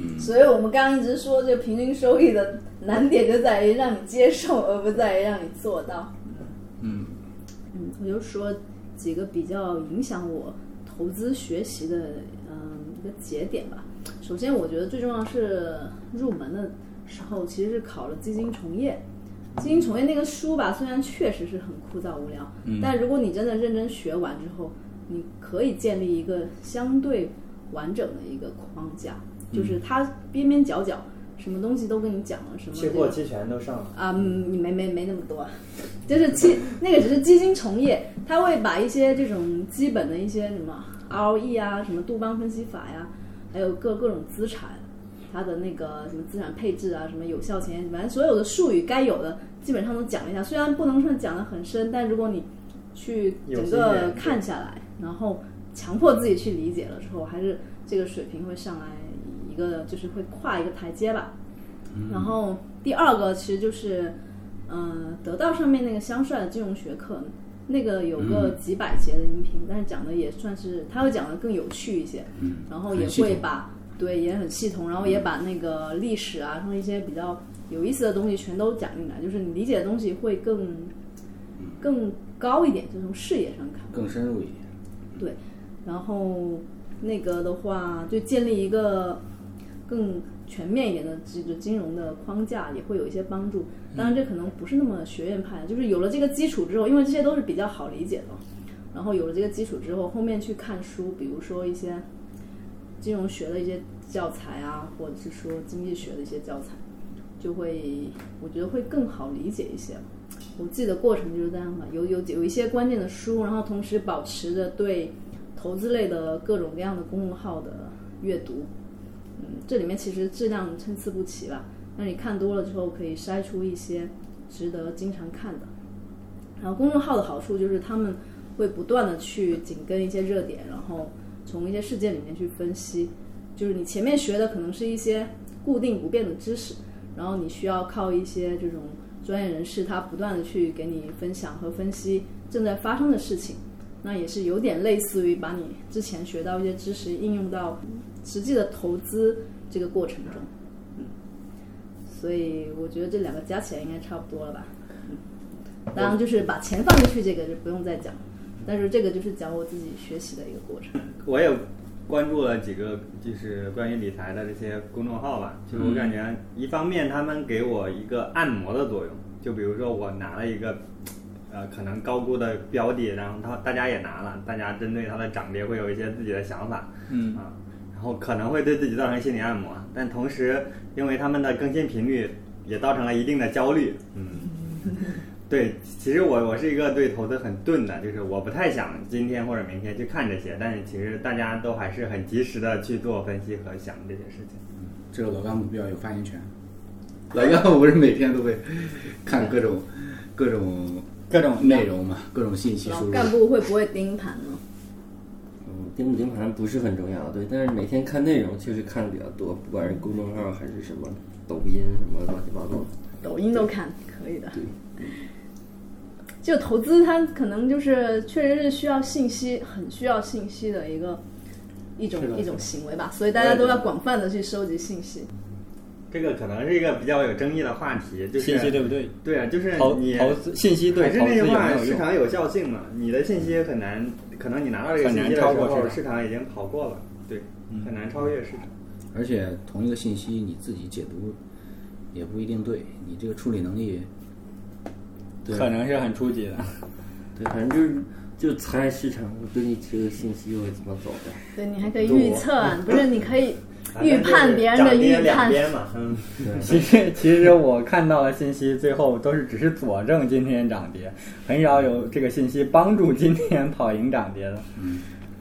S1: 嗯，
S2: 所以我们刚刚一直说，这平均收益的难点就在于让你接受，而不在于让你做到。
S1: 嗯
S2: 嗯，我就说几个比较影响我投资学习的嗯一个节点吧。首先，我觉得最重要是入门的时候，其实是考了基金从业。基金从业那个书吧，虽然确实是很枯燥无聊，
S4: 嗯、
S2: 但如果你真的认真学完之后，你可以建立一个相对完整的一个框架，就是它边边角角什么东西都跟你讲了，什么
S5: 期货期权都上了
S2: 啊，嗯，没没没那么多，就是基那个只是基金从业，他会把一些这种基本的一些什么 R O E 啊，什么杜邦分析法呀，还有各各种资产，它的那个什么资产配置啊，什么有效钱，反正所有的术语该有的基本上都讲了一下。虽然不能算讲得很深，但如果你去整个看下来，然后强迫自己去理解了之后，还是这个水平会上来一个，就是会跨一个台阶吧。嗯、然后第二个其实就是，呃，得到上面那个香帅的金融学课，那个有个几百节的音频，嗯、但是讲的也算是，他会讲的更有趣一些，
S1: 嗯、
S2: 然后也会把对也很系统，然后也把那个历史啊，然后一些比较有意思的东西全都讲进来，就是你理解的东西会更更高一点，就从视野上看
S1: 更深入一点。
S2: 对，然后那个的话，就建立一个更全面一点的这个金融的框架，也会有一些帮助。当然，这可能不是那么学院派的，就是有了这个基础之后，因为这些都是比较好理解的，然后有了这个基础之后，后面去看书，比如说一些金融学的一些教材啊，或者是说经济学的一些教材，就会我觉得会更好理解一些。我自己的过程就是这样吧，有有有一些关键的书，然后同时保持着对投资类的各种各样的公众号的阅读。嗯，这里面其实质量参差不齐吧，那你看多了之后可以筛出一些值得经常看的。然后公众号的好处就是他们会不断的去紧跟一些热点，然后从一些事件里面去分析，就是你前面学的可能是一些固定不变的知识，然后你需要靠一些这种专业人士他不断的去给你分享和分析正在发生的事情，那也是有点类似于把你之前学到一些知识应用到实际的投资这个过程中。嗯，所以我觉得这两个加起来应该差不多了吧。嗯，当然就是把钱放进去这个就不用再讲，但是这个就是讲我自己学习的一个过程。
S5: 我也关注了几个就是关于理财的这些公众号吧，就是我感觉一方面他们给我一个按摩的作用，就比如说我拿了一个呃可能高估的标的，然后他大家也拿了，大家针对它的涨跌会有一些自己的想法，
S4: 嗯
S5: 啊，然后可能会对自己造成心理按摩，但同时因为他们的更新频率也造成了一定的焦虑，嗯。对，其实我我是一个对投资很钝的，就是我不太想今天或者明天去看这些，但是其实大家都还是很及时的去做分析和想这些事情。
S1: 嗯，这个老干部比较有发言权。老干部不是每天都会看各种各种
S4: 各种
S1: 内容嘛，各种信息输入。
S2: 老干部会不会盯盘呢？
S3: 嗯，盯不盯盘不是很重要，对，但是每天看内容确实看的比较多，不管是公众号还是什么抖音什么乱七八糟的。
S2: 抖音都看，可以的。
S3: 对。
S2: 就投资它可能就是确实是需要信息，很需要信息的一个一种一种行为吧，所以大家都要广泛的去收集信息。
S5: 这个可能是一个比较有争议的话题，就是
S4: 信息对不对？
S5: 对啊，就是你
S4: 投资信息对投资有没有用？
S5: 还是那句话，市场有效性嘛，你的信息很难，可能你拿到这个信息的时候，市场已经跑过了，对，很难超越市场。
S1: 而且同一个信息你自己解读也不一定对，你这个处理能力。
S4: 可能是很初级的，
S3: 对，反正就是就猜市场对你这个信息会怎么走的。
S2: 对，你还可以预测啊，不是？你可以预判别人的预判
S5: 嘛。嗯，
S4: 其实其实我看到的信息最后都是只是佐证今天涨跌，很少有这个信息帮助今天跑赢涨跌的。
S1: 嗯。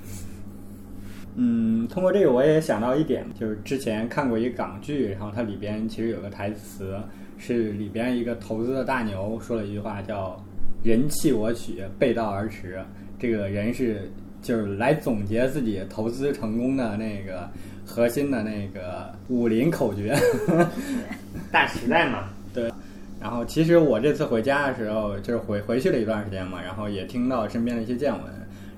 S4: 嗯，通过这个我也想到一点，就是之前看过一个港剧，然后它里边其实有个台词，是里边一个投资的大牛说了一句话，叫“人弃我取，背道而驰”。这个人是就是来总结自己投资成功的那个核心的那个武林口诀，
S5: 大时代嘛。
S4: 对。然后其实我这次回家的时候，就是回回去了一段时间嘛，然后也听到身边的一些见闻。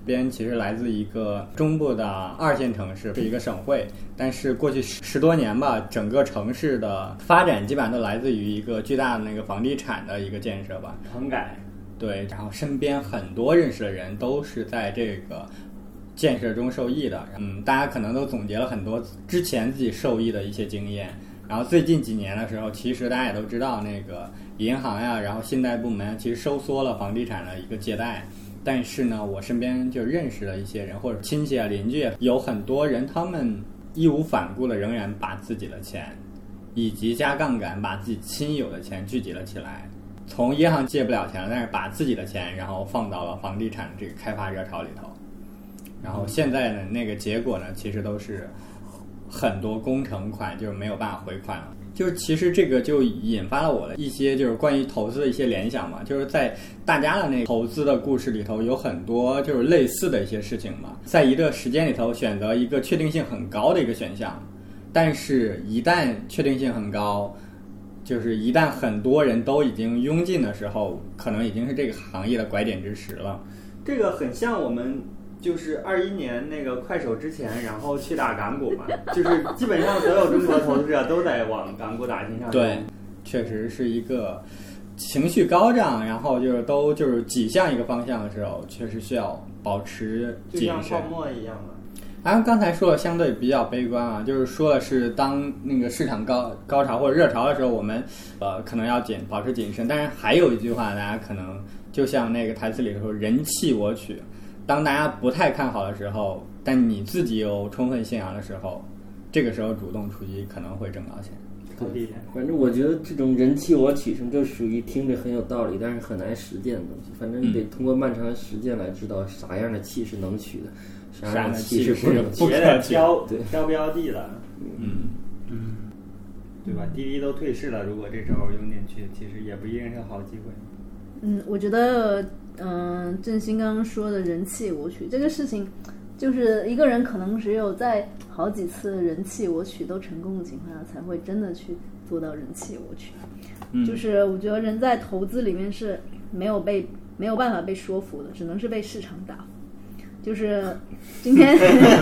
S4: 边其实来自一个中部的二线城市，是一个省会，但是过去十多年吧，整个城市的发展基本上都来自于一个巨大的那个房地产的一个建设吧，
S5: 棚改。
S4: 对，然后身边很多认识的人都是在这个建设中受益的，嗯，大家可能都总结了很多之前自己受益的一些经验。然后最近几年的时候，其实大家也都知道，那个银行呀，然后信贷部门其实收缩了房地产的一个借贷。但是呢，我身边就认识了一些人，或者亲戚啊、邻居，有很多人他们义无反顾的仍然把自己的钱，以及加杠杆把自己亲友的钱聚集了起来。从银行借不了钱了，但是把自己的钱然后放到了房地产这个开发热潮里头，然后现在呢那个结果呢其实都是很多工程款就是没有办法回款了。就是其实这个就引发了我的一些就是关于投资的一些联想嘛，就是在大家的那个投资的故事里头有很多就是类似的一些事情嘛，在一个时间里头选择一个确定性很高的一个选项，但是一旦确定性很高，就是一旦很多人都已经拥进的时候，可能已经是这个行业的拐点之时了。
S5: 这个很像我们就是二一年那个快手之前，然后去打港股嘛，就是基本上所有中国投资者都在往港股打进上。
S4: 对，确实是一个情绪高涨，然后就是都就是挤向一个方向的时候，确实需要保持谨慎。
S5: 就像泡沫一样的。
S4: 然后刚才说了相对比较悲观啊，就是说的是当那个市场高高潮或者热潮的时候，我们呃可能要谨保持谨慎。但是还有一句话，大家可能就像那个台词里说“人弃我取”，当大家不太看好的时候，但你自己有充分信仰的时候，这个时候主动出击可能会挣到钱。
S3: 对，反正我觉得这种人弃我取什么，就属于听着很有道理，但是很难实践的东西。反正你得通过漫长的实践来知道啥样的气是能取的，啥样的气是不能取
S5: 的。
S3: 的。
S5: 挑挑标的了，
S4: 嗯
S5: 嗯，对吧？滴滴都退市了，如果这时候用进去，其实也不一定是好机会。
S2: 嗯，我觉得，嗯、呃，振兴刚刚说的人弃我取这个事情，就是一个人可能只有在好几次人弃我取都成功的情况下，才会真的去做到人弃我取。嗯、就是我觉得人在投资里面是没有被没有办法被说服的，只能是被市场打服。就是今天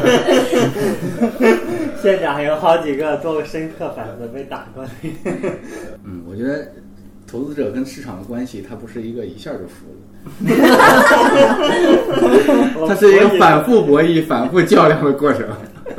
S5: 现场有好几个做深刻反思被打过来。
S1: 嗯，我觉得投资者跟市场的关系，它不是一个一下就服了，它是一个反复博弈、反复较量的过程。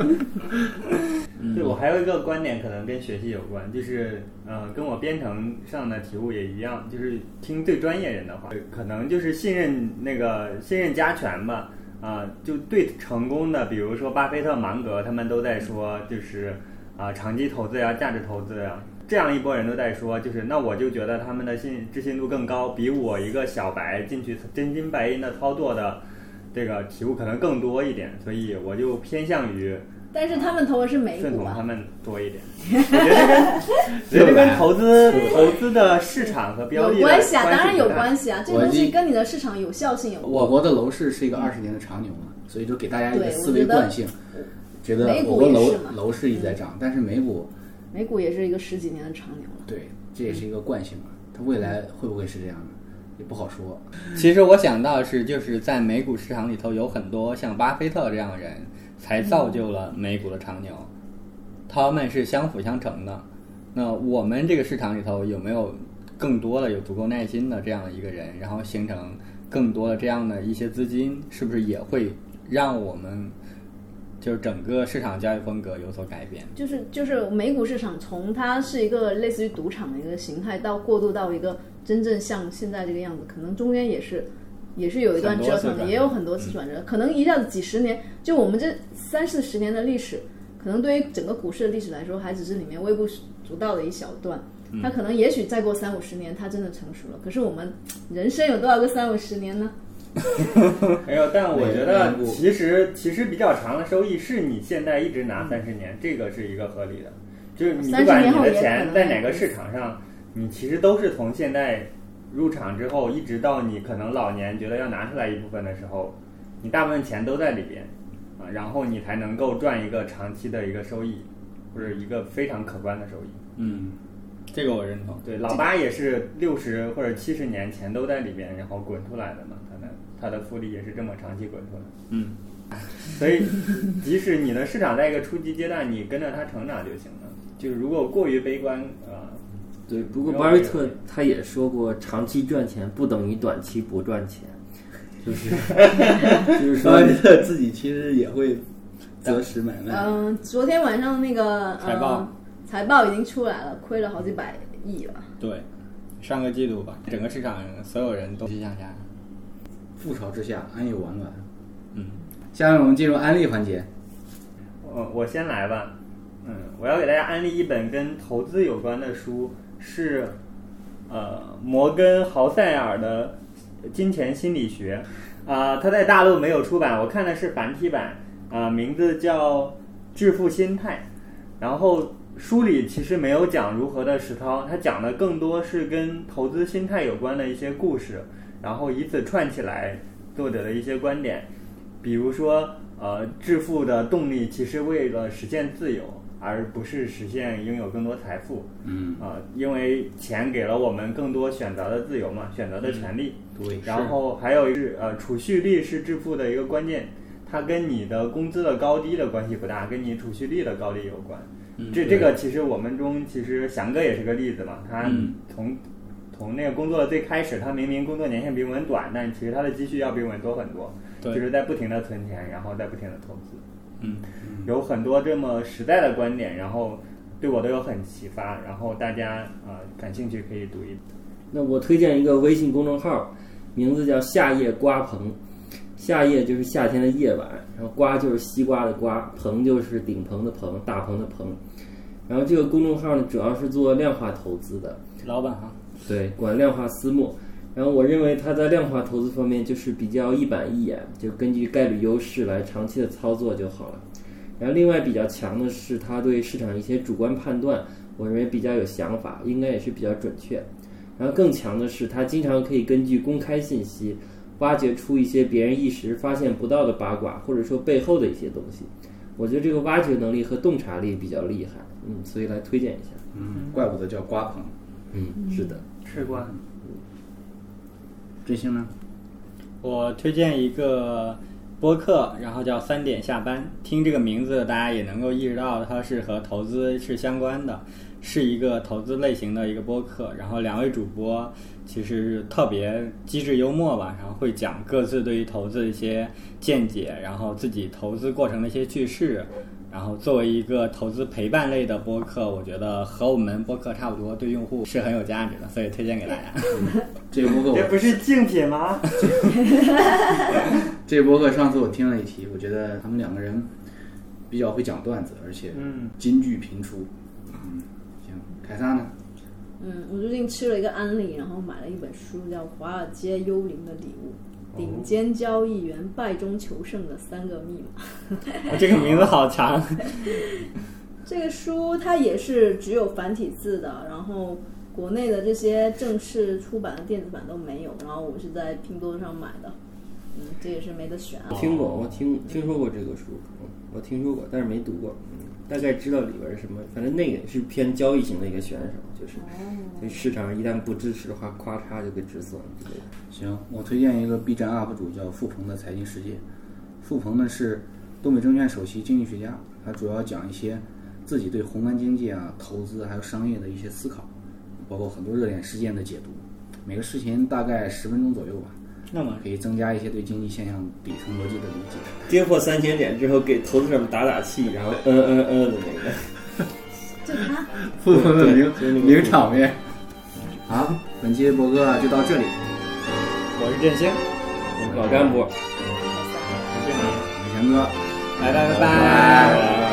S5: 对，我还有一个观点可能跟学习有关，就是呃，跟我编程上的体悟也一样，就是听最专业人的话，可能就是信任那个信任加权吧。啊、呃，就对成功的，比如说巴菲特、芒格，他们都在说，就是啊、呃，长期投资呀、价值投资呀，这样一波人都在说，就是那我就觉得他们的信置信度更高，比我一个小白进去真金白银的操作的这个体悟可能更多一点，所以我就偏向于。
S2: 但是他们投的是美股、啊，
S5: 顺从他们多一点。我觉得跟觉得跟投资投资的市场和标的
S2: 有关系啊，当然有关系啊，这个东西跟你的市场有效性有关。
S1: 我国的楼市是一个二十年的长牛嘛，所以就给大家一个思维惯性，觉得我国楼楼市一直在涨，但是美股
S2: 美股也是一个十几年的长牛了。
S1: 对，这也是一个惯性嘛，它未来会不会是这样的？也不好说。
S4: 其实我想到的是，就是在美股市场里头有很多像巴菲特这样的人，才造就了美股的长牛，他们是相辅相成的。那我们这个市场里头有没有更多的有足够耐心的这样的一个人，然后形成更多的这样的一些资金，是不是也会让我们就是整个市场交易风格有所改变？
S2: 就是就是美股市场从它是一个类似于赌场的一个形态，到过渡到一个真正像现在这个样子，可能中间也是也是有一段折腾的，也有很多次转折、嗯、可能一下子几十年，就我们这三四十年的历史，可能对于整个股市的历史来说还只是里面微不足道的一小段，它可能也许再过三五十年它真的成熟了，可是我们人生有多少个三五十年呢？
S5: 没有，但我觉得其实其实比较长的收益是你现在一直拿三十年、嗯、这个是一个合理的，就是你不管你的钱在哪个市场上，你其实都是从现在入场之后一直到你可能老年觉得要拿出来一部分的时候，你大部分钱都在里边啊，然后你才能够赚一个长期的一个收益，或者一个非常可观的收益。
S4: 嗯，这个我认同。
S5: 对，老八也是六十或者七十年钱都在里边，然后滚出来的嘛，他的它的复利也是这么长期滚出来。
S4: 嗯，
S5: 所以即使你的市场在一个初级阶段，你跟着它成长就行了。就是如果过于悲观啊、呃，
S3: 对。不过巴菲特他也说过，长期赚钱不等于短期不赚钱，就是就是说，
S1: 巴菲特自己其实也会择时买卖。
S2: 嗯、呃，昨天晚上那个
S4: 财报、
S2: 呃、财报已经出来了，亏了好几百亿了。
S4: 对，上个季度吧，整个市场所有人都向下。
S1: 覆巢之下，安有完卵。
S4: 嗯，
S1: 下面我们进入安利环节。
S5: 我我先来吧。嗯，我要给大家安利一本跟投资有关的书，是呃摩根豪塞尔的《金钱心理学》啊、呃，它在大陆没有出版，我看的是繁体版，啊、呃，名字叫《致富心态》。然后书里其实没有讲如何的实操，它讲的更多是跟投资心态有关的一些故事，然后以此串起来作者的一些观点，比如说呃，致富的动力其实为了实现自由，而不是实现拥有更多财富。
S1: 嗯
S5: 啊、呃，因为钱给了我们更多选择的自由嘛，选择的权利。
S1: 嗯、对。
S5: 然后还有是呃，储蓄率是致富的一个关键，它跟你的工资的高低的关系不大，跟你储蓄率的高低有关。
S1: 嗯、
S5: 这这个其实我们中其实翔哥也是个例子嘛，他从、
S1: 嗯、
S5: 从那个工作的最开始，他明明工作年限比我们短，但其实他的积蓄要比我们多很多。
S4: 对，
S5: 就是在不停的存钱，然后在不停的投资。
S4: 嗯，
S5: 有很多这么实在的观点，然后对我都有很启发，然后大家呃感兴趣可以读一读。
S3: 那我推荐一个微信公众号，名字叫夏夜瓜棚。夏夜就是夏天的夜晚，然后瓜就是西瓜的瓜，棚就是顶棚的棚，大棚的棚。然后这个公众号呢，主要是做量化投资的，
S4: 老板哈，
S3: 对，管量化私募。然后我认为它在量化投资方面就是比较一板一眼，就根据概率优势来长期的操作就好了。然后另外比较强的是它对市场一些主观判断，我认为比较有想法，应该也是比较准确。然后更强的是它经常可以根据公开信息挖掘出一些别人一时发现不到的八卦，或者说背后的一些东西。我觉得这个挖掘能力和洞察力比较厉害，嗯，所以来推荐一下。
S1: 嗯，怪不得叫瓜棚。
S3: 嗯，是的，
S5: 吃瓜。
S1: 追星呢？
S4: 我推荐一个播客，然后叫三点下班。听这个名字，大家也能够意识到它是和投资是相关的，是一个投资类型的一个播客。然后两位主播其实特别机智幽默吧，然后会讲各自对于投资的一些见解，然后自己投资过程的一些趣事。然后作为一个投资陪伴类的播客，我觉得和我们播客差不多，对用户是很有价值的，所以推荐给大家。
S1: 嗯、这个播客
S5: 这不是竞品吗？
S1: 这个播客上次我听了一期，我觉得他们两个人比较会讲段子，而且金句频出。嗯，行，凯撒呢？
S2: 嗯，我最近吃了一个安利，然后买了一本书，叫《华尔街幽灵的礼物》。顶尖交易员败中求胜的三个密码。
S4: 这个名字好长。
S2: 这个书它也是只有繁体字的，然后国内的这些正式出版的电子版都没有，然后我是在拼多多上买的。嗯，这也是没得选啊。
S3: 听过，我听听说过这个书，我听说过，但是没读过。嗯，大概知道里边是什么，反正那个是偏交易型的一个选手，就是所以市场一旦不支持的话，咔嚓就给止损之类的。
S1: 行，我推荐一个 B 站 U P 主叫付鹏的财经世界。付鹏呢是东北证券首席经济学家，他主要讲一些自己对宏观经济啊、投资还有商业的一些思考，包括很多热点事件的解读。每个视频大概十分钟左右吧，
S4: 那么
S1: 可以增加一些对经济现象底层逻辑的理解。
S3: 跌破三千点之后，给投资者们打打气，然后嗯嗯嗯的那个。
S2: 就他。
S1: 付鹏的名名场面。好，本期的播客就到这里。
S4: 我是振兴，
S3: 老干部，
S1: 我是翔哥，
S4: 拜拜拜拜。
S3: 拜拜。